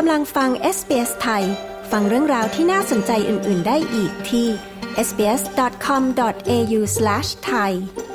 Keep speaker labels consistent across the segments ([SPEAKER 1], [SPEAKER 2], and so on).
[SPEAKER 1] กำลังฟัง SBS ไทยฟังเรื่องราวที่น่าสนใจอื่นๆได้อีกที่ sbs.com.au/thai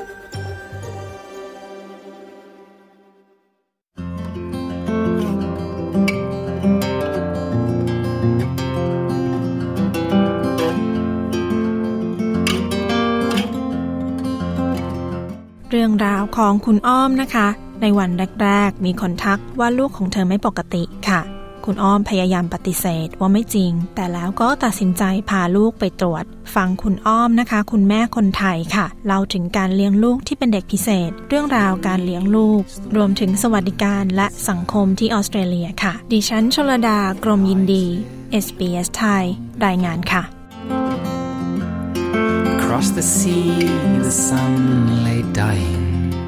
[SPEAKER 2] เรื่องราวของคุณอ้อมนะคะในวันแรกๆมีคนทักว่าลูกของเธอไม่ปกติค่ะคุณอ้อมพยายามปฏิเสธว่าไม่จริงแต่แล้วก็ตัดสินใจพาลูกไปตรวจฟังคุณอ้อมนะคะคุณแม่คนไทยค่ะเล่าถึงการเลี้ยงลูกที่เป็นเด็กพิเศษเรื่องราวการเลี้ยงลูกรวมถึงสวัสดิการและสังคมที่ออสเตรเลียค่ะดิฉันชลดากรมยินดี SBS ไทยรายงานค่ะ
[SPEAKER 3] Across the sea, the sun lay dying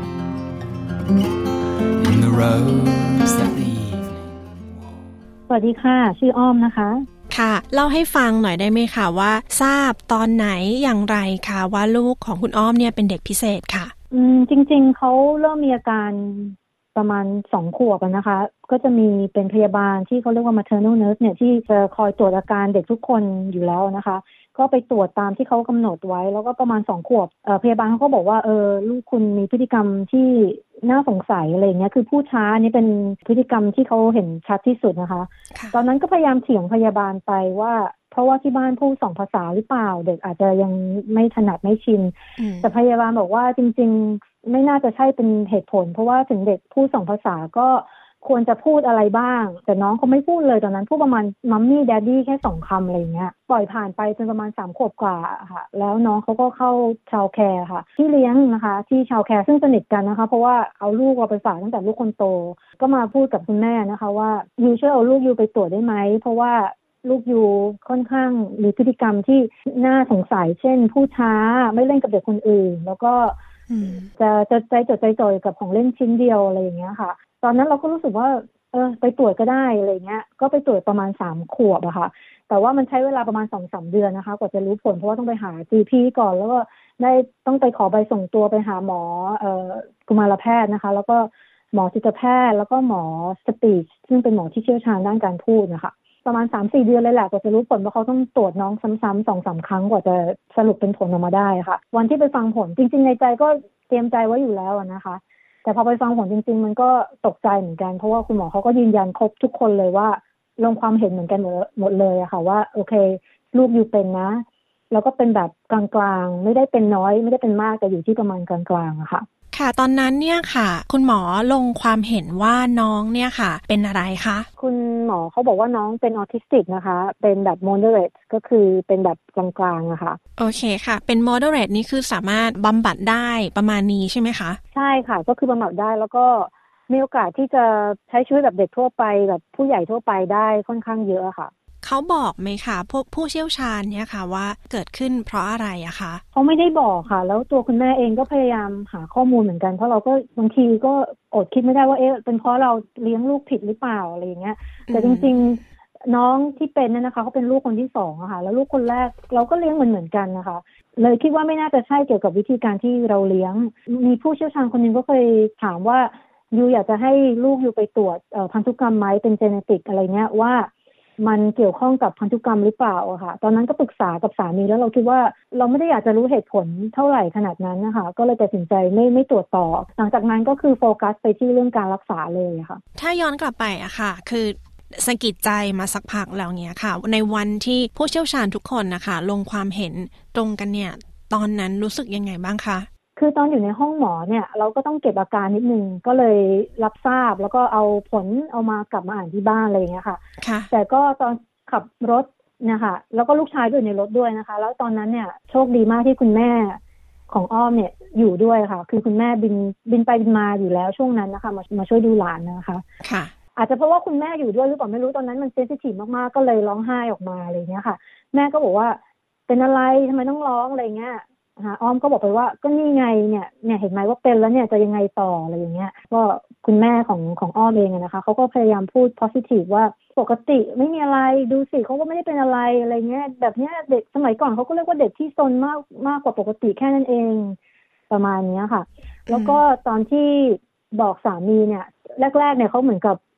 [SPEAKER 3] in the rose that the evening wore.
[SPEAKER 4] สวัสดีค่ะชื่ออ้อมนะคะ
[SPEAKER 2] ค่ะเล่าให้ฟังหน่อยได้ไหมคะว่าทราบตอนไหนอย่างไรคะว่าลูกของคุณอ้อมเนี่ยเป็นเด็กพิเศษค่ะ
[SPEAKER 4] จริงๆเขาเริ่มมีอาการประมาณ2 ขวบนะคะก็จะมีเป็นพยาบาลที่เขาเรียกว่า maternal nurse เนี่ยที่จะคอยตรวจอาการเด็กทุกคนอยู่แล้วนะคะก็ไปตรวจตามที่เขากำหนดไว้แล้วก็ประมาณ2 ขวบพยาบาลเขาก็บอกว่าลูกคุณมีพฤติกรรมที่น่าสงสัยอะไรเงี้ยคือพูดช้านี่เป็นพฤติกรรมที่เขาเห็นชัดที่สุดนะคะตอนนั้นก็พยายามเถียงพยาบาลไปว่าเพราะว่าที่บ้านพูด2 ภาษาหรือเปล่าเด็กอาจจะยังไม่ถนัดไม่ชินแต่พยาบาลบอกว่าจริงๆไม่น่าจะใช่เป็นเหตุผลเพราะว่าถึงเด็กพูด2 ภาษาก็ควรจะพูดอะไรบ้างแต่น้องเขาไม่พูดเลยตอนนั้นพูดประมาณมัมมี่แดดดี้แค่2 คำอะไรเงี้ยปล่อยผ่านไปจนประมาณ3 ขวบกว่าค่ะแล้วน้องเขาก็เข้าชาวแคร์ค่ะที่เลี้ยงนะคะที่ชาวแคร์ซึ่งสนิทกันนะคะเพราะว่าเอาลูกไปฝากตั้งแต่ลูกคนโตก็มาพูดกับคุณแม่นะคะว่ายูช่วยเอาลูกยูไปตรวจได้ไหมเพราะว่าลูกยูค่อนข้างมีพฤติกรรมที่น่าสงสัยเช่นพูดช้าไม่เล่นกับเด็กคนอื่นแล้วก็จะใจจดใจจ่อกับของเล่นชิ้นเดียวอะไรอย่างเงี้ยค่ะตอนนั้นเราก็รู้สึกว่าไปตรวจก็ได้อะไรเงี้ยก็ไปตรวจประมาณ3 ขวบอะค่ะแต่ว่ามันใช้เวลาประมาณ 2-3 เดือนนะคะกว่าจะรู้ผลเพราะว่าต้องไปหา GP ก่อนแล้วก็ต้องไปขอใบส่งตัวไปหาหมอกุมารแพทย์นะคะแล้วก็หมอจิตแพทย์แล้วก็หมอสปีชซึ่งเป็นหมอที่เชี่ยวชาญด้านการพูดนะคะประมาณ 3-4 เดือนเลยแหละกว่าจะรู้ผลเพราะเขาต้องตรวจน้องซ้ำๆ 2-3 ครั้งกว่าจะสรุปเป็นผลออกมาได้ค่ะวันที่ไปฟังผลจริงๆในใจก็เตรียมใจไว้อยู่แล้วนะคะแต่พอไปฟังผลจริงๆมันก็ตกใจเหมือนกันเพราะว่าคุณหมอเขาก็ยืนยันครบทุกคนเลยว่าลงความเห็นเหมือนกันหมดเลยอะค่ะว่าโอเคลูกอยู่เป็นนะแล้วก็เป็นแบบกลางๆไม่ได้เป็นน้อยไม่ได้เป็นมากแต่อยู่ที่ประมาณกลางๆอะค่ะ
[SPEAKER 2] ค่ะตอนนั้นเนี่ยค่ะคุณหมอลงความเห็นว่าน้องเนี่ยค่ะเป็นอะไรคะ
[SPEAKER 4] คุณหมอเขาบอกว่าน้องเป็นออทิสติกนะคะเป็นแบบ moderate ก็คือเป็นแบบกลางๆอะค่ะ
[SPEAKER 2] โอเคค่ะเป็น moderate นี่คือสามารถบำบัดได้ประมาณนี้ใช่ไหมคะ
[SPEAKER 4] ใช่ค่ะก็คือบำบัดได้แล้วก็มีโอกาสที่จะใช้ชีวิตแบบเด็กทั่วไปแบบผู้ใหญ่ทั่วไปได้ค่อนข้างเยอะค่ะ
[SPEAKER 2] เขาบอกไหมคะพวกผู้เชี่ยวชาญเนี่ยค่ะว่าเกิดขึ้นเพราะอะไรอะคะ
[SPEAKER 4] เขาไม่ได้บอกค่ะแล้วตัวคุณแม่เองก็พยายามหาข้อมูลเหมือนกันเพราะเราก็บางทีก็อดคิดไม่ได้ว่าเป็นเพราะเราเลี้ยงลูกผิดหรือเปล่าอะไรอย่างเงี้ยแต่จริงๆน้องที่เป็นนั่นนะคะเขาเป็นลูกคนที่2อะค่ะแล้วลูกคนแรกเราก็เลี้ยงเหมือนกันนะคะเลยคิดว่าไม่น่าจะใช่เกี่ยวกับวิธีการที่เราเลี้ยงมีผู้เชี่ยวชาญคนนึงก็เคยถามว่ายูอยากจะให้ลูกยูไปตรวจพันธุกรรมไหมเป็นเจเนติกอะไรเงี้ยว่ามันเกี่ยวข้องกับพันธุกรรมหรือเปล่าอะค่ะตอนนั้นก็ปรึกษากับสามีแล้วเราคิดว่าเราไม่ได้อยากจะรู้เหตุผลเท่าไหร่ขนาดนั้นนะคะก็เลยตัดสินใจไม่ตรวจต่อหลังจากนั้นก็คือโฟกัสไปที่เรื่องการรักษาเลยค่ะ
[SPEAKER 2] ถ้าย้อนกลับไปอะค่ะคือสะกิดใจมาสักพักแล้วเนี่ยค่ะในวันที่ผู้เชี่ยวชาญทุกคนนะคะลงความเห็นตรงกันเนี่ยตอนนั้นรู้สึกยังไงบ้างคะ
[SPEAKER 4] คือตอนอยู่ในห้องหมอเนี่ยเราก็ต้องเก็บอาการนิดนึงก็เลยรับทราบแล้วก็เอาผลเอามากลับมาอ่านที่บ้านอะไรอย่างเงี้ยค่ะแต่ก็ตอนขับรถนะคะแล้วก็ลูกชายอยู่ในรถด้วยนะคะแล้วตอนนั้นเนี่ยโชคดีมากที่คุณแม่ของอ้อมเนี่ยอยู่ด้วยค่ะคือคุณแม่บินไปบินมาอยู่แล้วช่วงนั้นนะคะมาช่วยดูหลานนะคะ
[SPEAKER 2] ค่ะ
[SPEAKER 4] อาจจะเพราะว่าคุณแม่อยู่ด้วยหรือเปล่าไม่รู้ตอนนั้นมันเซนซิทีฟมากๆก็เลยร้องไห้ออกมาอะไรอย่างเงี้ยค่ะแม่ก็บอกว่าเป็นอะไรทำไมต้องร้องอะไรเงี้ยอ้อมก็บอกไปว่าก็นี่ไงเนี่ยเห็นไหมว่าเป็นแล้วเนี่ยจะยังไงต่ออะไรอย่างเงี้ยก็คุณแม่ของอ้อมเองนะคะเขาก็พยายามพูด positive ว่าปกติไม่มีอะไรดูสิเขาก็ไม่ได้เป็นอะไรเงี้ยแบบเนี้ยเด็กสมัยก่อนเขาก็เรียกว่าเด็กที่ซนมากกว่าปกติแค่นั้นเองประมาณนี้ค่ะแล้วก็ตอนที่บอกสามีเนี่ยแรกๆเนี่ยเขาเหมือนกับ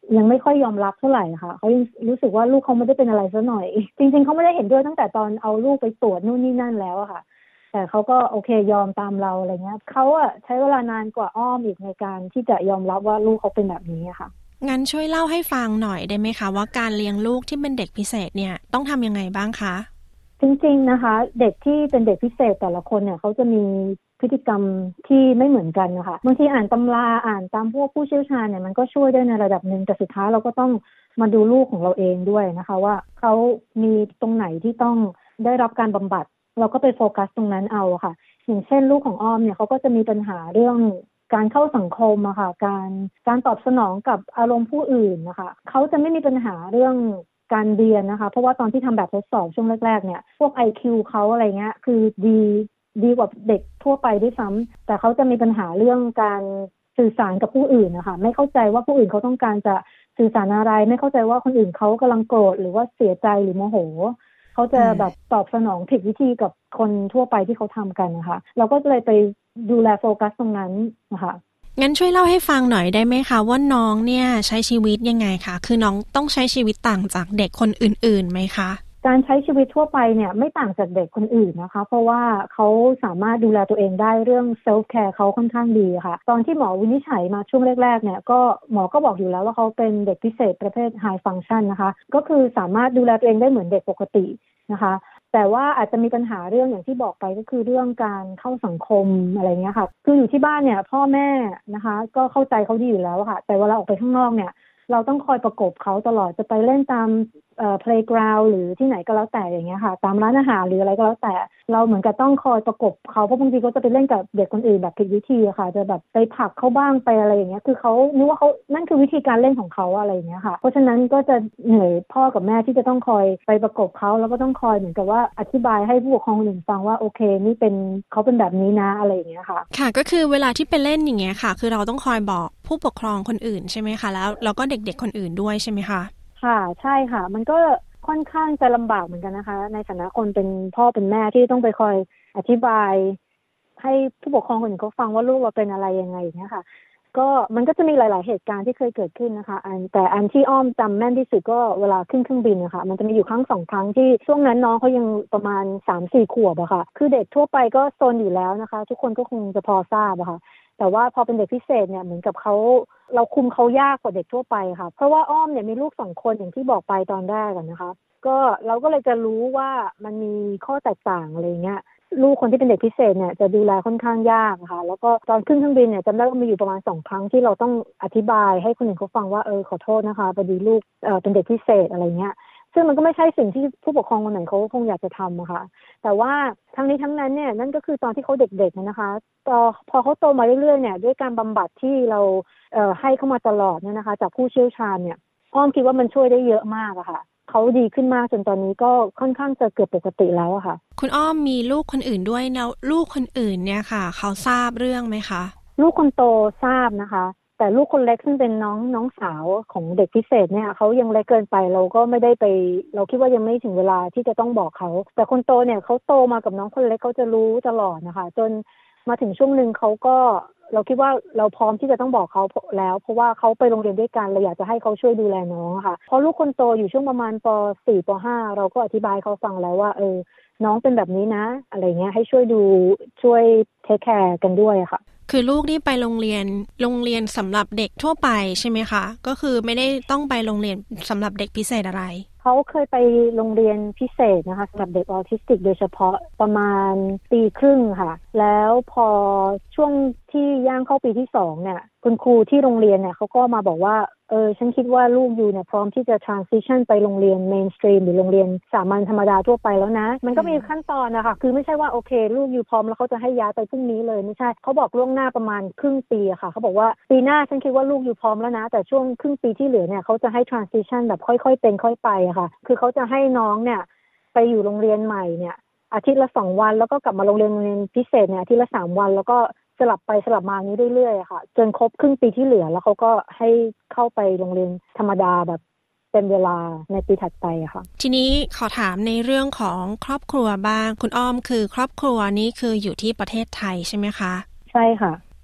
[SPEAKER 4] ยังไม่ค่อยยอมรับเท่าไหร่ค่ะเขารู้สึกว่าลูกเขาไม่ได้เป็นอะไรซะหน่อยจริงๆเขาไม่ได้เห็นด้วยตั้งแต่ตอนเอาลูกไปตรวจนู่นนี่นั่นแล้วอะค่ะแต่เขาก็โอเคยอมตามเราอะไรเงี้ยเขาอะใช้เวลานานกว่าอ้อมอีกในการที่จะยอมรับว่าลูกเขาเป็นแบบนี้ค่ะ
[SPEAKER 2] งั้นช่วยเล่าให้ฟังหน่อยได้ไหมคะว่าการเลี้ยงลูกที่เป็นเด็กพิเศษเนี่ยต้องทำยังไงบ้างคะ
[SPEAKER 4] จริงๆนะคะเด็กที่เป็นเด็กพิเศษแต่ละคนเนี่ยเขาจะมีพฤติกรรมที่ไม่เหมือนกันนะคะบางทีอ่านตำราอ่านตามพวกผู้เชี่ยวชาญเนี่ยมันก็ช่วยได้ในระดับนึงแต่สุดท้ายเราก็ต้องมาดูลูกของเราเองด้วยนะคะว่าเขามีตรงไหนที่ต้องได้รับการบำบัดเราก็ไปโฟกัสตรงนั้นเอาค่ะอย่างเช่นลูกของอ้อมเนี่ยเขาก็จะมีปัญหาเรื่องการเข้าสังคมอะค่ะการตอบสนองกับอารมณ์ผู้อื่นนะคะเขาจะไม่มีปัญหาเรื่องการเรียนนะคะเพราะว่าตอนที่ทำแบบทดสอบช่วงแรกๆเนี่ยพวก IQ เขาอะไรเงี้ยคือดีกว่าเด็กทั่วไปด้วยซ้ำแต่เขาจะมีปัญหาเรื่องการสื่อสารกับผู้อื่นนะคะไม่เข้าใจว่าผู้อื่นเขาต้องการจะสื่อสารอะไรไม่เข้าใจว่าคนอื่นเขากำลังโกรธหรือว่าเสียใจหรือโมโหเขาจะแบบตอบสนองผิดวิธีกับคนทั่วไปที่เขาทำกันนะคะเราก็เลยไปดูแลโฟกัสตรงนั้นนะคะ
[SPEAKER 2] งั้นช่วยเล่าให้ฟังหน่อยได้ไหมคะว่าน้องเนี่ยใช้ชีวิตยังไงคะคือน้องต้องใช้ชีวิตต่างจากเด็กคนอื่นๆไหมคะ
[SPEAKER 4] การใช้ชีวิตทั่วไปเนี่ยไม่ต่างจากเด็กคนอื่นนะคะเพราะว่าเขาสามารถดูแลตัวเองได้เรื่องเซลฟ์แคร์เขาค่อนข้างดีค่ะตอนที่หมอวินิจฉัยมาช่วงแรกๆเนี่ยก็หมอก็บอกอยู่แล้วว่าเขาเป็นเด็กพิเศษประเภท High Function นะคะก็คือสามารถดูแลตัวเองได้เหมือนเด็กปกตินะคะแต่ว่าอาจจะมีปัญหาเรื่องอย่างที่บอกไปก็คือเรื่องการเข้าสังคมอะไรเงี้ยค่ะคืออยู่ที่บ้านเนี่ยพ่อแม่นะคะก็เข้าใจเขาดีอยู่แล้วค่ะแต่เวลาออกไปข้างนอกเนี่ยเราต้องคอยประกบเขาตลอดจะไปเล่นตามplayground หรือที่ไหนก็แล้วแต่อย่างเงี้ยค่ะตามร้านอาหารหรืออะไรก็แล้วแต่เราเหมือนกับต้องคอยประกบเขาเพราะบางทีเขาจะไปเล่นกับเด็กคนอื่นแบบผิดวิธีอะค่ะจะแบบไปผลักเขาบ้างไปอะไรอย่างเงี้ยคือเขานึกว่าเขานั่นคือวิธีการเล่นของเขาอะไรอย่างเงี้ยค่ะเพราะฉะนั้นก็จะเหนื่อยพ่อกับแม่ที่จะต้องคอยไปประกบเขาแล้วก็ต้องคอยเหมือนกับว่าอธิบายให้ผู้ปกครองคนอื่นฟังว่าโอเคนี่เป็นเขาเป็นแบบนี้นะอะไรอย่างเงี้ยค่ะ
[SPEAKER 2] ค่ะก็คือเวลาที่ไปเล่นอย่างเงี้ยค่ะคือเราต้องคอยบอกผู้ปกครองคนอื่นใช่ไหมคะแล้วก็เด็กๆคนอื่นด้วยใช่ไหมคะ
[SPEAKER 4] ค่ะใช่ค่ะมันก็ค่อนข้างจะลำบากเหมือนกันนะคะในฐานะคนเป็นพ่อเป็นแม่ที่ต้องไปคอยอธิบายให้ผู้ปกครองคนอื่นเขาฟังว่าลูกเราเป็นอะไรยังไงอย่างเงี้ยค่ะก็มันก็จะมีหลายๆเหตุการณ์ที่เคยเกิดขึ้นนะคะแต่อันที่อ้อมจำแม่นที่สุดก็เวลาขึ้นเครื่องบินนะคะมันจะมีอยู่ครั้ง2ครั้งที่ช่วงนั้นน้องเขายังประมาณ 3-4 ขวบอะค่ะคือเด็กทั่วไปก็โซนอยู่แล้วนะคะทุกคนก็คงจะพอทราบอะค่ะแต่ว่าพอเป็นเด็กพิเศษเนี่ยเหมือนกับเราคุมเขายากกว่าเด็กทั่วไปค่ะเพราะว่าอ้อมเนี่ยมีลูก2คนอย่างที่บอกไปตอนแรกนะคะก็เราก็เลยจะรู้ว่ามันมีข้อแตกต่างอะไรเงี้ยลูกคนที่เป็นเด็กพิเศษเนี่ยจะดูแลค่อนข้างยากค่ะแล้วก็ตอนขึ้นเครื่องบินเนี่ยจำได้ว่ามีอยู่ประมาณ2ครั้งที่เราต้องอธิบายให้คนอื่นเขาฟังว่าขอโทษนะคะพอดีลูกเป็นเด็กพิเศษอะไรเงี้ยซึ่งมันก็ไม่ใช่สิ่งที่ผู้ปกครองคนไหนเขาคงอยากจะทำอะค่ะแต่ว่าทั้งนี้ทั้งนั้นเนี่ยนั่นก็คือตอนที่เขาเด็กๆนะคะพอเขาโตมาเรื่อยๆเนี่ยด้วยการบำบัดที่เราให้เข้ามาตลอดเนี่ยนะคะจากผู้เชี่ยวชาญเนี่ยอ้อมคิดว่ามันช่วยได้เยอะมากอะค่ะเขาดีขึ้นมากจนตอนนี้ก็ค่อนข้างจะเกือบปกติแล้วอะค่ะ
[SPEAKER 2] คุณอ้อมมีลูกคนอื่นด้วยแล้วลูกคนอื่นเนี่ยค่ะเขาทราบเรื่องไหมคะ
[SPEAKER 4] ลูกคนโตทราบนะคะแต่ลูกคนเล็กซึ่งเป็นน้องสาวของเด็กพิเศษเนี่ยเขายังเล็กเกินไปเราก็ไม่ได้ไปเราคิดว่ายังไม่ถึงเวลาที่จะต้องบอกเขาแต่คนโตเนี่ยเขาโตมากับน้องคนเล็กเขาจะรู้ตลอดนะคะจนมาถึงช่วงนึงเขาก็เราคิดว่าเราพร้อมที่จะต้องบอกเขาแล้วเพราะว่าเขาไปโรงเรียนด้วยกันเราอยากจะให้เขาช่วยดูแลน้องค่ะพอลูกคนโตอยู่ช่วงประมาณป.4 ป.5 เราก็อธิบายเขาฟังแล้วว่าน้องเป็นแบบนี้นะอะไรเงี้ยให้ช่วยเทคแคร์กันด้วยค่ะ
[SPEAKER 2] คือลูกนี่ไปโรงเรียนสำหรับเด็กทั่วไปใช่ไหมคะก็คือไม่ได้ต้องไปโรงเรียนสำหรับเด็กพิเศษอะไร
[SPEAKER 4] เขาเคยไปโรงเรียนพิเศษนะคะสำหรับเด็กออทิสติกโดยเฉพาะประมาณปีครึ่งค่ะแล้วพอช่วงที่ย่างเข้าปีที่2เนี่ยคุณครูที่โรงเรียนเนี่ยเขาก็มาบอกว่าฉันคิดว่าลูกอยู่เนี่ยพร้อมที่จะ transition ไปโรงเรียน mainstream หรือโรงเรียนสามัญธรรมดาทั่วไปแล้วนะมันก็มีขั้นตอนนะคะคือไม่ใช่ว่าโอเคลูกอยู่พร้อมแล้วเขาจะให้ย้ายไปพรุ่งนี้เลยไม่ใช่เขาบอกล่วงหน้าประมาณครึ่งปีอะค่ะเขาบอกว่าปีหน้าฉันคิดว่าลูกอยู่พร้อมแล้วนะแต่ช่วงครึ่งปีที่เหลือเนี่ยเขาจะให้ transition แบบค่อยๆเป็นค่อยไปอะค่ะคือเขาจะให้น้องเนี่ยไปอยู่โรงเรียนใหม่เนี่ยอาทิตย์ละ2วันแล้วก็กลับมาโรงเรียนพิเศษเนี่ยอาทิตย์ละ3วันแล้วก็สลับไปสลับมานี้เรื่อยๆค่ะจนครบครึ่งปีที่เหลือแล้วเขาก็ให้เข้าไปโรงเรียนธรรมดาแบบเต็มเวลาในปีถัดไปค่ะ
[SPEAKER 2] ทีนี้ขอถามในเรื่องของครอบครัวบ้างคุณอ้อมคือครอบครัวนี้คืออยู่ที่ประเทศไทยใช่ไหมคะ
[SPEAKER 4] ใช่ค่ะ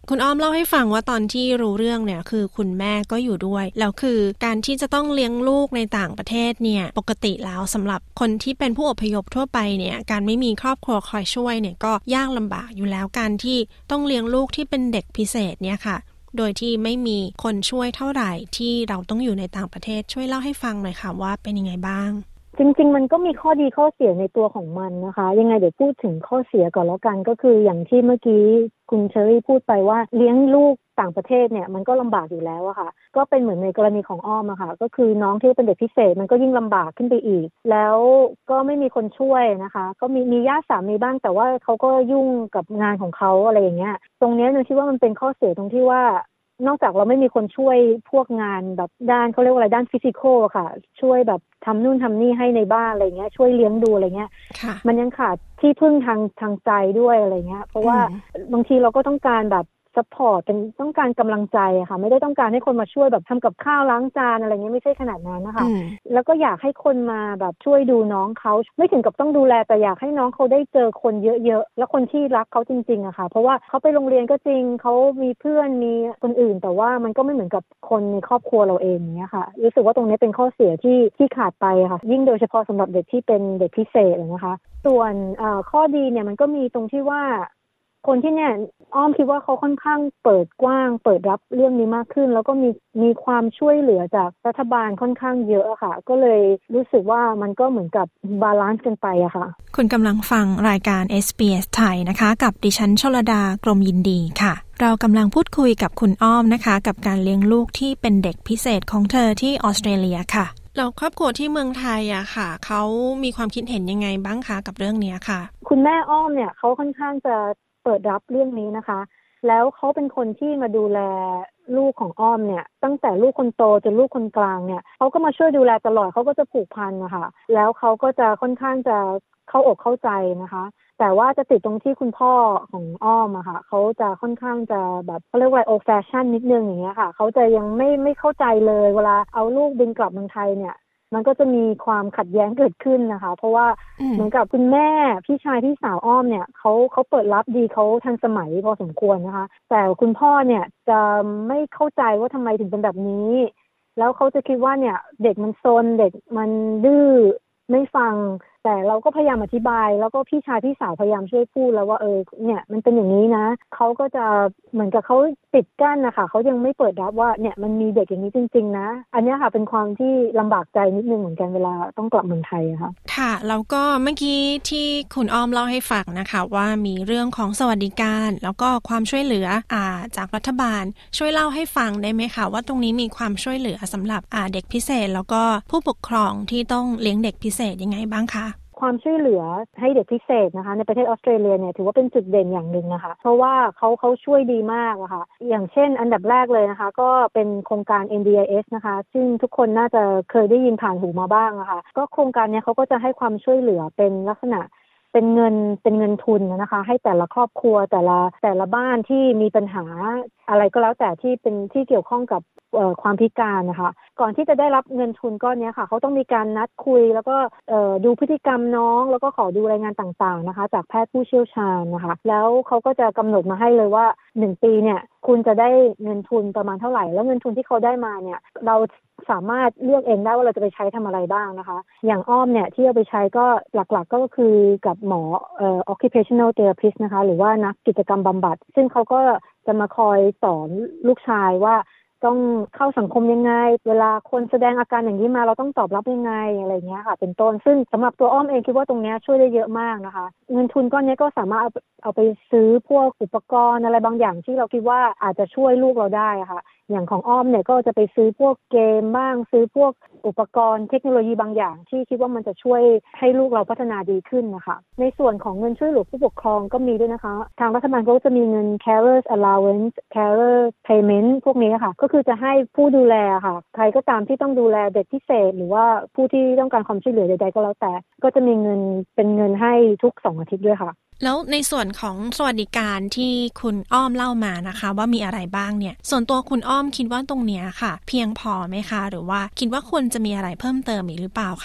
[SPEAKER 2] คุณอ้อมเล่าให้ฟังว่าตอนที่รู้เรื่องเนี่ยคือคุณแม่ก็อยู่ด้วยแล้วคือการที่จะต้องเลี้ยงลูกในต่างประเทศเนี่ยปกติแล้วสำหรับคนที่เป็นผู้อพยพทั่วไปเนี่ยการไม่มีครอบครัวคอยช่วยเนี่ยก็ยากลำบากอยู่แล้วการที่ต้องเลี้ยงลูกที่เป็นเด็กพิเศษเนี่ยค่ะโดยที่ไม่มีคนช่วยเท่าไหร่ที่เราต้องอยู่ในต่างประเทศช่วยเล่าให้ฟังหน่อยค่ะว่าเป็นยังไงบ้าง
[SPEAKER 4] จริงๆมันก็มีข้อดีข้อเสียในตัวของมันนะคะยังไงเดี๋ยวพูดถึงข้อเสียก่อนแล้วกันก็คืออย่างที่เมื่อกี้คุณเชอรี่พูดไปว่าเลี้ยงลูกต่างประเทศเนี่ยมันก็ลำบากอยู่แล้วอะค่ะก็เป็นเหมือนในกรณีของอ้อมอะค่ะก็คือน้องที่เป็นเด็กพิเศษมันก็ยิ่งลำบากขึ้นไปอีกแล้วก็ไม่มีคนช่วยนะคะก็มีญาติสามีบ้างแต่ว่าเขาก็ยุ่งกับงานของเขาอะไรอย่างเงี้ยตรงนี้หนูคิดว่ามันเป็นข้อเสียตรงที่ว่านอกจากเราไม่มีคนช่วยพวกงานแบบด้านเขาเรียกว่าอะไรด้านฟิสิกอลอะค่ะช่วยแบบทำนู่นทำนี่ให้ในบ้านอะไรเงี้ยช่วยเลี้ยงดูอะไรเงี้ยมันยังขาดที่พึ่งทางใจด้วยอะไรเงี้ยเพราะว่าบางทีเราก็ต้องการแบบซัพพอร์ตเป็นต้องการกำลังใจอะค่ะไม่ได้ต้องการให้คนมาช่วยแบบทำกับข้าวล้างจานอะไรเงี้ยไม่ใช่ขนาดนั้นนะคะแล้วก็อยากให้คนมาแบบช่วยดูน้องเขาไม่ถึงกับต้องดูแลแต่อยากให้น้องเขาได้เจอคนเยอะๆแล้วคนที่รักเขาจริงๆอะค่ะเพราะว่าเขาไปโรงเรียนก็จริงเขามีเพื่อนมีคนอื่นแต่ว่ามันก็ไม่เหมือนกับคนในครอบครัวเราเองเนี้ยค่ะรู้สึกว่าตรงนี้เป็นข้อเสียที่ขาดไปค่ะยิ่งโดยเฉพาะสำหรับเด็กที่เป็นเด็กพิเศษนะคะส่วนข้อดีเนี่ยมันก็มีตรงที่ว่าคนที่เนี่ยอ้อมคิดว่าเขาค่อนข้างเปิดกว้างเปิดรับเรื่องนี้มากขึ้นแล้วก็มีความช่วยเหลือจากรัฐบาลค่อนข้างเยอะอะค่ะก็เลยรู้สึกว่ามันก็เหมือนกับบาลานซ์กันไปอะค่ะ
[SPEAKER 2] คุณกำลังฟังรายการ SBS ไทยนะคะกับดิฉันชลดากรมยินดีค่ะเรากำลังพูดคุยกับคุณอ้อมนะคะกับการเลี้ยงลูกที่เป็นเด็กพิเศษของเธอที่ออสเตรเลียค่ะแล้วครอบครัวที่เมืองไทยอะค่ะเขามีความคิดเห็นยังไงบ้างคะกับเรื่องนี้ค่ะ
[SPEAKER 4] คุณแม่อ้อมเนี่ยเขาค่อนข้างจะเปิดรับเรื่องนี้นะคะแล้วเขาเป็นคนที่มาดูแลลูกของอ้อมเนี่ยตั้งแต่ลูกคนโตจนลูกคนกลางเนี่ยเขาก็มาช่วยดูแลตลอดเขาก็จะผูกพันนะคะแล้วเขาก็จะค่อนข้างจะเข้าอกเข้าใจนะคะแต่ว่าจะติดตรงที่คุณพ่อของอ้อมอะค่ะเขาจะค่อนข้างจะแบบเขาเรียกว่าโอแฟชั่นนิดนึงอย่างเงี้ยค่ะเขาจะยังไม่เข้าใจเลยเวลาเอาลูกบินกลับเมืองไทยเนี่ยมันก็จะมีความขัดแย้งเกิดขึ้นนะคะเพราะว่าเหมือนกับคุณแม่พี่ชายพี่สาวอ้อมเนี่ยเขาเปิดรับดีเขาทันสมัยพอสมควรนะคะแต่คุณพ่อเนี่ยจะไม่เข้าใจว่าทำไมถึงเป็นแบบนี้แล้วเขาจะคิดว่าเนี่ยเด็กมันซนเด็กมันดื้อไม่ฟังแต่เราก็พยายามอธิบายแล้วก็พี่ชายพี่สาวพยายามช่วยพูดแล้วว่าเนี่ยมันเป็นอย่างนี้นะเขาก็จะเหมือนกับเขาปิดกั้นนะคะเขายังไม่เปิดรับว่าเนี่ยมันมีเด็กอย่างนี้จริงๆนะอันนี้ค่ะเป็นความที่ลำบากใจนิดนึงเหมือนกันเวลาต้องกลับเมืองไทยค่ะ
[SPEAKER 2] ค่ะแล้วก็เมื่อกี้ที่คุณอ้อมเล่าให้ฟังนะคะว่ามีเรื่องของสวัสดิการแล้วก็ความช่วยเหลือจากรัฐบาลช่วยเล่าให้ฟังได้ไหมคะว่าตรงนี้มีความช่วยเหลือสำหรับเด็กพิเศษแล้วก็ผู้ปกครองที่ต้องเลี้ยงเด็กพิเศษยังไงบ้างคะ
[SPEAKER 4] ความช่วยเหลือให้เด็กพิเศษนะคะในประเทศออสเตรเลียเนี่ยถือว่าเป็นจุดเด่นอย่างหนึ่งนะคะเพราะว่าเขาช่วยดีมากอะค่ะอย่างเช่นอันดับแรกเลยนะคะก็เป็นโครงการ NDIS นะคะซึ่งทุกคนน่าจะเคยได้ยินผ่านหูมาบ้างอะค่ะก็โครงการนี้เขาก็จะให้ความช่วยเหลือเป็นลักษณะเป็นเงินทุนนะคะให้แต่ละครอบครัวแต่ละบ้านที่มีปัญหาอะไรก็แล้วแต่ที่เป็นที่เกี่ยวข้องกับความพิการนะคะก่อนที่จะได้รับเงินทุนก้อนนี้ค่ะเขาต้องมีการนัดคุยแล้วก็ดูพฤติกรรมน้องแล้วก็ขอดูรายงานต่างๆนะคะจากแพทย์ผู้เชี่ยวชาญนะคะแล้วเขาก็จะกำหนดมาให้เลยว่า1ปีเนี่ยคุณจะได้เงินทุนประมาณเท่าไหร่แล้วเงินทุนที่เขาได้มาเนี่ยเราสามารถเลือกเองได้ว่าเราจะไปใช้ทำอะไรบ้างนะคะอย่างอ้อมเนี่ยที่เอาไปใช้ก็หลักๆก็คือกับหมอoccupational therapist นะคะหรือว่านักกิจกรรมบำบัดซึ่งเขาก็จะมาคอยสอนลูกชายว่าต้องเข้าสังคมยังไงเวลาคนแสดงอาการอย่างนี้มาเราต้องตอบรับยังไงอะไรเงี้ยค่ะเป็นต้นซึ่งสำหรับตัวอ้อมเองคิดว่าตรงนี้ช่วยได้เยอะมากนะคะเงินทุนก้อนนี้ก็สามารถเอาไปซื้อพวกอุปกรณ์อะไรบางอย่างที่เราคิดว่าอาจจะช่วยลูกเราได้ค่ะอย่างของอ้อมเนี่ยก็จะไปซื้อพวกเกมบ้างซื้อพวกอุปกรณ์เทคโนโลยีบางอย่างที่คิดว่ามันจะช่วยให้ลูกเราพัฒนาดีขึ้นนะคะในส่วนของเงินช่วยเหลือผู้ปกครองก็มีด้วยนะคะทางรัฐบาลก็จะมีเงิน carers allowance carer payment พวกนี้ค่ะก็คือจะให้ผู้ดูแลค่ะใครก็ตามที่ต้องดูแลเด็กพิเศษหรือว่าผู้ที่ต้องการความช่วยเหลือใดๆก็แล้วแต่ก็จะมีเงินเป็นเงินให้ทุก2 อาทิตย์ด้วยค่ะ
[SPEAKER 2] แล้วในส่วนของสวัสดิการที่คุณอ้อมเล่ามานะคะว่ามีอะไรบ้างเนี่ยส่วนตัวคุณอ้อมคิดว่าตรงเนี้ยค่ะเพียงพอไหมคะหรือว่าคิดว่าควรจะมีอะไรเพิ่มเติมอีกหรือเปล่าคะ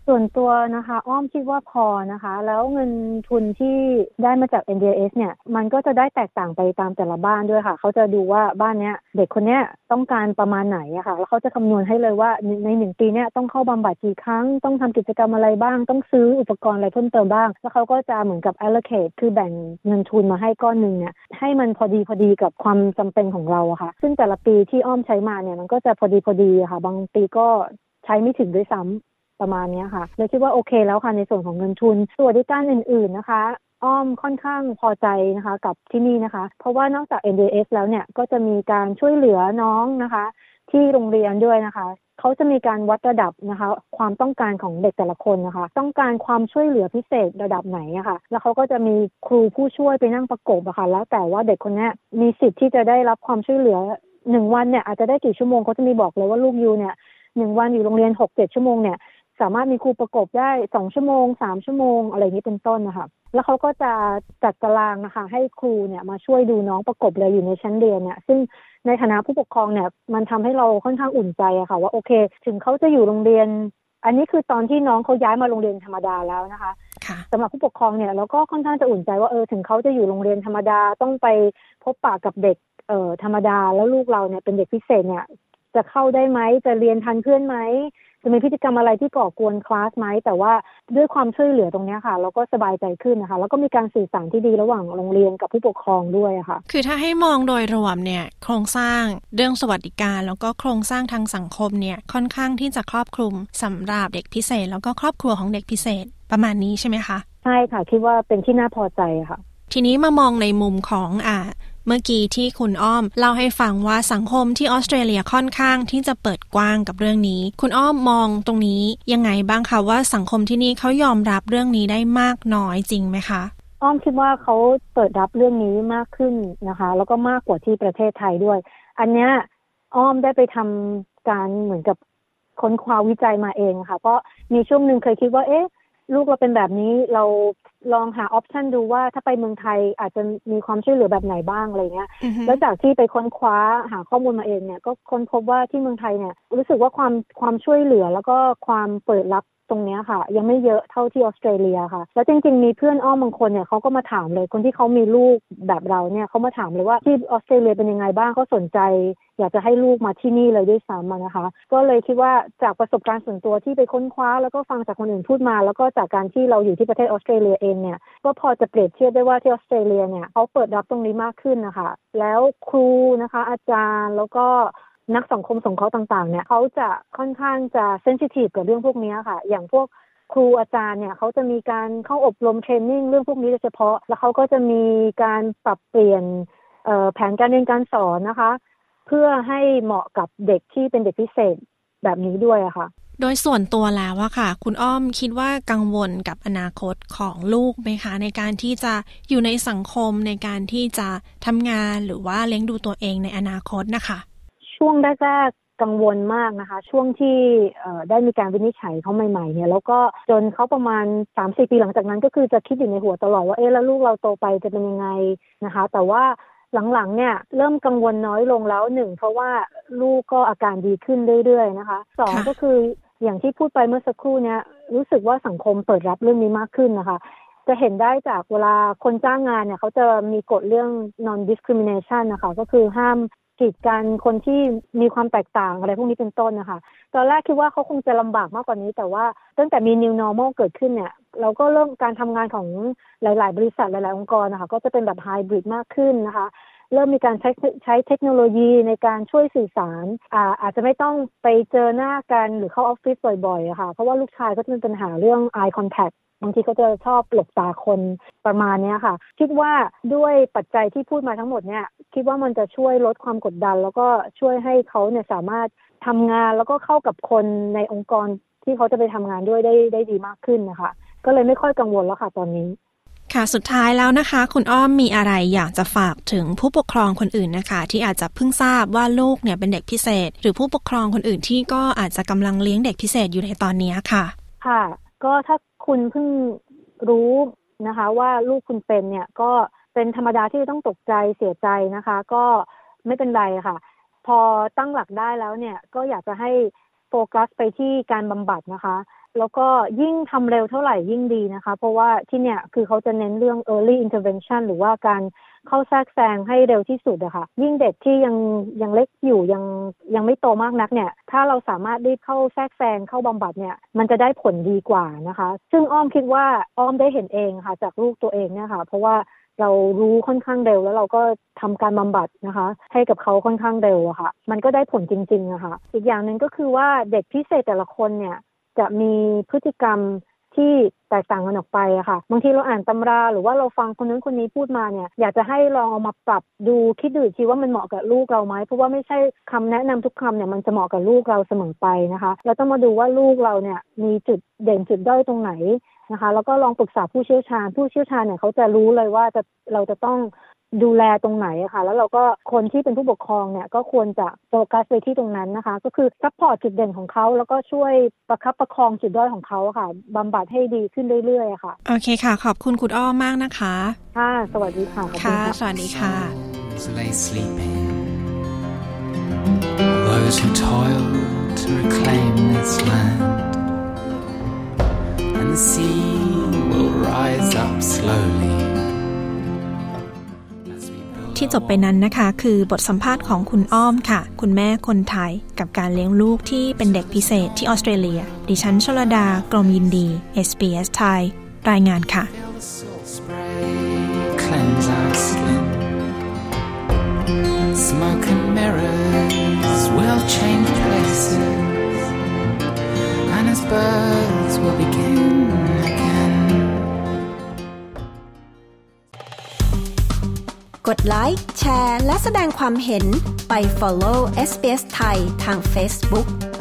[SPEAKER 4] ส่วนตัวนะคะอ้อมคิดว่าพอนะคะแล้วเงินทุนที่ได้มาจาก NDIS เนี่ยมันก็จะได้แตกต่างไปตามแต่ละบ้านด้วยค่ะเขาจะดูว่าบ้านเนี้ยเด็กคนเนี้ยต้องการประมาณไหนอะค่ะแล้วเขาจะคำนวณให้เลยว่าใน1 ปีเนี้ยต้องเข้าบำบัดกี่ครั้งต้องทำกิจกรรมอะไรบ้างต้องซื้ออุปกรณ์อะไรเพิ่มเติมบ้างแล้วเขาก็จะเหมือนกับ allocate คือแบ่งเงินทุนมาให้ก้อนนึงเนี่ยให้มันพอดีกับความจำเป็นของเราอะค่ะซึ่งแต่ละปีที่อ้อมใช้มาเนี่ยมันก็จะพอดีอะค่ะบางปีก็ใช้ไม่ถึงด้วยซ้ำประมาณนี้ค่ะเลยคิดว่าโอเคแล้วค่ะในส่วนของเงินทุนสวัสดิการอื่นๆนะคะอ้อมค่อนข้างพอใจนะคะกับที่นี่นะคะเพราะว่านอกจาก NDS แล้วเนี่ยก็จะมีการช่วยเหลือน้องนะคะที่โรงเรียนด้วยนะคะเขาจะมีการวัดระดับนะคะความต้องการของเด็กแต่ละคนนะคะต้องการความช่วยเหลือพิเศษระดับไหนอะค่ะแล้วเขาก็จะมีครูผู้ช่วยไปนั่งประกบอะค่ะแล้วแต่ว่าเด็กคนนี้มีสิทธิ์ที่จะได้รับความช่วยเหลือ1 วันเนี่ยอาจจะได้กี่ชั่วโมงเขาจะมีบอกเลยว่าลูกยูเนี่ย1 วันอยู่โรงเรียน 6-7 ชั่วโมงเนี่ยสามารถมีครูประกบได้2 ชั่วโมง3 ชั่วโมงอะไรอย่างนี้เป็นต้นนะคะแล้วเขาก็จะจัดตารางนะคะให้ครูเนี่ยมาช่วยดูน้องประกบเลยอยู่ในชั้นเรียนเนี่ยซึ่งในฐานะผู้ปกครองเนี่ยมันทำให้เราค่อนข้างอุ่นใจอะค่ะว่าโอเคถึงเขาจะอยู่โรงเรียนอันนี้คือตอนที่น้องเขาย้ายมาโรงเรียนธรรมดาแล้วนะคะสำหรับผู้ปกครองเนี่ยเราก็ค่อนข้างจะอุ่นใจว่าถึงเขาจะอยู่โรงเรียนธรรมดาต้องไปพบปะกับเด็กธรรมดาแล้วลูกเราเนี่ยเป็นเด็กพิเศษเนี่ยจะเข้าได้ไหมจะเรียนทันเพื่อนไหมจะมีพฤติกรรมอะไรที่ก่อกวนคลาสไหมแต่ว่าด้วยความช่วยเหลือตรงนี้ค่ะเราก็สบายใจขึ้นนะคะแล้วก็มีการสื่อสารที่ดีระหว่างโรงเรียนกับผู้ปกครองด้วยค่ะ
[SPEAKER 2] คือถ้าให้มองโดยรวมเนี่ยโครงสร้างเรื่องสวัสดิการแล้วก็โครงสร้างทางสังคมเนี่ยค่อนข้างที่จะครอบคลุมสำหรับเด็กพิเศษแล้วก็ครอบครัวของเด็กพิเศษประมาณนี้ใช่ไหมคะ
[SPEAKER 4] ใช่ค่ะคิดว่าเป็นที่น่าพอใจค่ะ
[SPEAKER 2] ทีนี้มามองในมุมของเมื่อกี้ที่คุณอ้อมเล่าให้ฟังว่าสังคมที่ออสเตรเลียค่อนข้างที่จะเปิดกว้างกับเรื่องนี้คุณอ้อมมองตรงนี้ยังไงบ้างคะว่าสังคมที่นี่เขายอมรับเรื่องนี้ได้มากน้อยจริงไหมคะ
[SPEAKER 4] อ้อมคิดว่าเขาเปิดรับเรื่องนี้มากขึ้นนะคะแล้วก็มากกว่าที่ประเทศไทยด้วยอันเนี้ยอ้อมได้ไปทำการเหมือนกับค้นคว้าวิจัยมาเองค่ะเพราะมีช่วงนึงเคยคิดว่าลูกเราเป็นแบบนี้เราลองหาออปชันดูว่าถ้าไปเมืองไทยอาจจะมีความช่วยเหลือแบบไหนบ้างอะไรเงี้ย แล้วจากที่ไปค้นคว้าหาข้อมูลมาเองเนี่ยก็ค้นพบว่าที่เมืองไทยเนี่ยรู้สึกว่าความช่วยเหลือแล้วก็ความเปิดรับตรงนี้ค่ะยังไม่เยอะเท่าที่ออสเตรเลียค่ะแล้วจริงๆมีเพื่อนอ้อมบางคนเนี่ยเขาก็มาถามเลยคนที่เขามีลูกแบบเราเนี่ยเขามาถามเลยว่าที่ออสเตรเลียเป็นยังไงบ้างเขาสนใจอยากจะให้ลูกมาที่นี่เลยด้วยซ้ำนะคะก็เลยคิดว่าจากประสบการณ์ส่วนตัวที่ไปค้นคว้าแล้วก็ฟังจากคนอื่นพูดมาแล้วก็จากการที่เราอยู่ที่ประเทศออสเตรเลียเองเนี่ยก็พอจะเปรียบเทียบได้ว่าที่ออสเตรเลียเนี่ยเขาเปิดรับตรงนี้มากขึ้นนะคะแล้วครูนะคะอาจารย์แล้วก็นักสังคมสงเคราะห์ต่างๆเนี่ยเขาจะค่อนข้างจะเซนซิทีฟกับเรื่องพวกนี้ค่ะอย่างพวกครูอาจารย์เนี่ยเขาจะมีการเข้าอบรมเทรนนิ่งเรื่องพวกนี้โดยเฉพาะแล้วเขาก็จะมีการปรับเปลี่ยนแผนการเรียนการสอนนะคะเพื่อให้เหมาะกับเด็กที่เป็นเด็กพิเศษแบบนี้ด้วยอะค่ะ
[SPEAKER 2] โดยส่วนตัวแล้วอะค่ะคุณอ้อมคิดว่ากังวลกับอนาคตของลูกไหมคะในการที่จะอยู่ในสังคมในการที่จะทำงานหรือว่าเลี้ยงดูตัวเองในอนาคตนะคะ
[SPEAKER 4] ช่วงแรกๆกังวลมากนะคะช่วงที่ได้มีการวินิจฉัยเขาใหม่ๆเนี่ยแล้วก็จนเขาประมาณ 3-4 ปีหลังจากนั้นก็คือจะคิดอยู่ในหัวตลอดว่าแล้วลูกเราโตไปจะเป็นยังไงนะคะแต่ว่าหลังๆเนี่ยเริ่มกังวลน้อยลงแล้ว1เพราะว่าลูกก็อาการดีขึ้นเรื่อยๆนะคะ2ก็คืออย่างที่พูดไปเมื่อสักครู่เนี้ยรู้สึกว่าสังคมเปิดรับเรื่องนี้มากขึ้นนะคะจะเห็นได้จากเวลาคนจ้างงานเนี่ยเขาจะมีกฎเรื่อง non discrimination นะคะก็คือห้ามกีดกันคนที่มีความแตกต่างอะไรพวกนี้เป็นต้นนะคะตอนแรกคิดว่าเขาคงจะลำบากมากกว่านี้แต่ว่าตั้งแต่มี new normal เกิดขึ้นเนี่ยเราก็เริ่มการทำงานของหลายๆบริษัทหลายๆองค์กรนะคะก็จะเป็นแบบไฮบริดมากขึ้นนะคะเริ่มมีการใช้เทคโนโลยีในการช่วยสื่อสารอาจจะไม่ต้องไปเจอหน้ากันหรือเข้าออฟฟิศบ่อยๆค่ะเพราะว่าลูกชายก็จะมีปัญหาเรื่อง eye contact บางทีก็จะชอบหลบตาคนประมาณนี้ค่ะคิดว่าด้วยปัจจัยที่พูดมาทั้งหมดเนี่ยคิดว่ามันจะช่วยลดความกดดันแล้วก็ช่วยให้เขาเนี่ยสามารถทำงานแล้วก็เข้ากับคนในองค์กรที่เขาจะไปทำงานด้วยได้ดีมากขึ้นนะคะก็เลยไม่ค่อยกังวลแล้วค่ะตอนนี้
[SPEAKER 2] ค่ะสุดท้ายแล้วนะคะคุณอ้อมมีอะไรอยากจะฝากถึงผู้ปกครองคนอื่นนะคะที่อาจจะเพิ่งทราบว่าลูกเนี่ยเป็นเด็กพิเศษหรือผู้ปกครองคนอื่นที่ก็อาจจะกำลังเลี้ยงเด็กพิเศษอยู่ในตอนนี้ค่ะ
[SPEAKER 4] ค่ะก็ถ้าคุณเพิ่งรู้นะคะว่าลูกคุณเป็นเนี่ยก็เป็นธรรมดาที่ต้องตกใจเสียใจนะคะก็ไม่เป็นไรค่ะพอตั้งหลักได้แล้วเนี่ยก็อยากจะให้โฟกัสไปที่การบำบัดนะคะแล้วก็ยิ่งทำเร็วเท่าไหร่ยิ่งดีนะคะเพราะว่าที่เนี่ยคือเขาจะเน้นเรื่อง early intervention หรือว่าการเข้าแทรกแซงให้เร็วที่สุดอะค่ะยิ่งเด็กที่ยังเล็กอยู่ยังไม่โตมากนักเนี่ยถ้าเราสามารถรีบเข้าแทรกแซงเข้าบำบัดเนี่ยมันจะได้ผลดีกว่านะคะซึ่งอ้อมคิดว่าอ้อมได้เห็นเองค่ะจากลูกตัวเองเนี่ยค่ะเพราะว่าเรารู้ค่อนข้างเร็วแล้วเราก็ทำการบำบัดนะคะให้กับเขาค่อนข้างเร็วอะค่ะมันก็ได้ผลจริงๆอะค่ะอีกอย่างนึงก็คือว่าเด็กพิเศษแต่ละคนเนี่ยจะมีพฤติกรรมที่แตกต่างกันออกไปอะค่ะบางทีเราอ่านตำราหรือว่าเราฟังคนนั้นคนนี้พูดมาเนี่ยอยากจะให้ลองเอามาปรับดูคิดดูทีว่ามันเหมาะกับลูกเราไหมเพราะว่าไม่ใช่คำแนะนำทุกคำเนี่ยมันจะเหมาะกับลูกเราเสมอไปนะคะเราต้องมาดูว่าลูกเราเนี่ยมีจุดเด่นจุดด้อยตรงไหนนะคะแล้วก็ลองปรึกษาผู้เชี่ยวชาญเนี่ยเขาจะรู้เลยว่าเราจะต้องดูแลตรงไหนอะค่ะแล้วเราก็คนที่เป็นผู้ปกครองเนี่ยก็ควรจะโฟกัสไปที่ตรงนั้นนะคะก็คือซัพพอร์ตจุดเด่นของเขาแล้วก็ช่วยประคับประคองจุดด้อยของเขาค่ะบำบัดให้ดีขึ้นเรื่อยๆค่ะ
[SPEAKER 2] โอเคค่ะขอบคุณคุณอ้อมมากนะคะ
[SPEAKER 4] ค่ะสวัสดีค่ะ
[SPEAKER 2] ค่ะสวัสดีค่ะ
[SPEAKER 3] Those who toil to reclaim this land and the sea will rise up slowly
[SPEAKER 2] ที่จบไปนั้นนะคะคือบทสัมภาษณ์ของคุณอ้อมค่ะคุณแม่คนไทยกับการเลี้ยงลูกที่เป็นเด็กพิเศษที่ออสเตรเลียดิฉันชลดากรมยินดี SBS ไทยรายงานค่ะ
[SPEAKER 3] Smoke and mirrors will change places and as birds will begin again
[SPEAKER 1] กดไลค์แชร์และแสดงความเห็นไป follow SBS ไทยทาง Facebook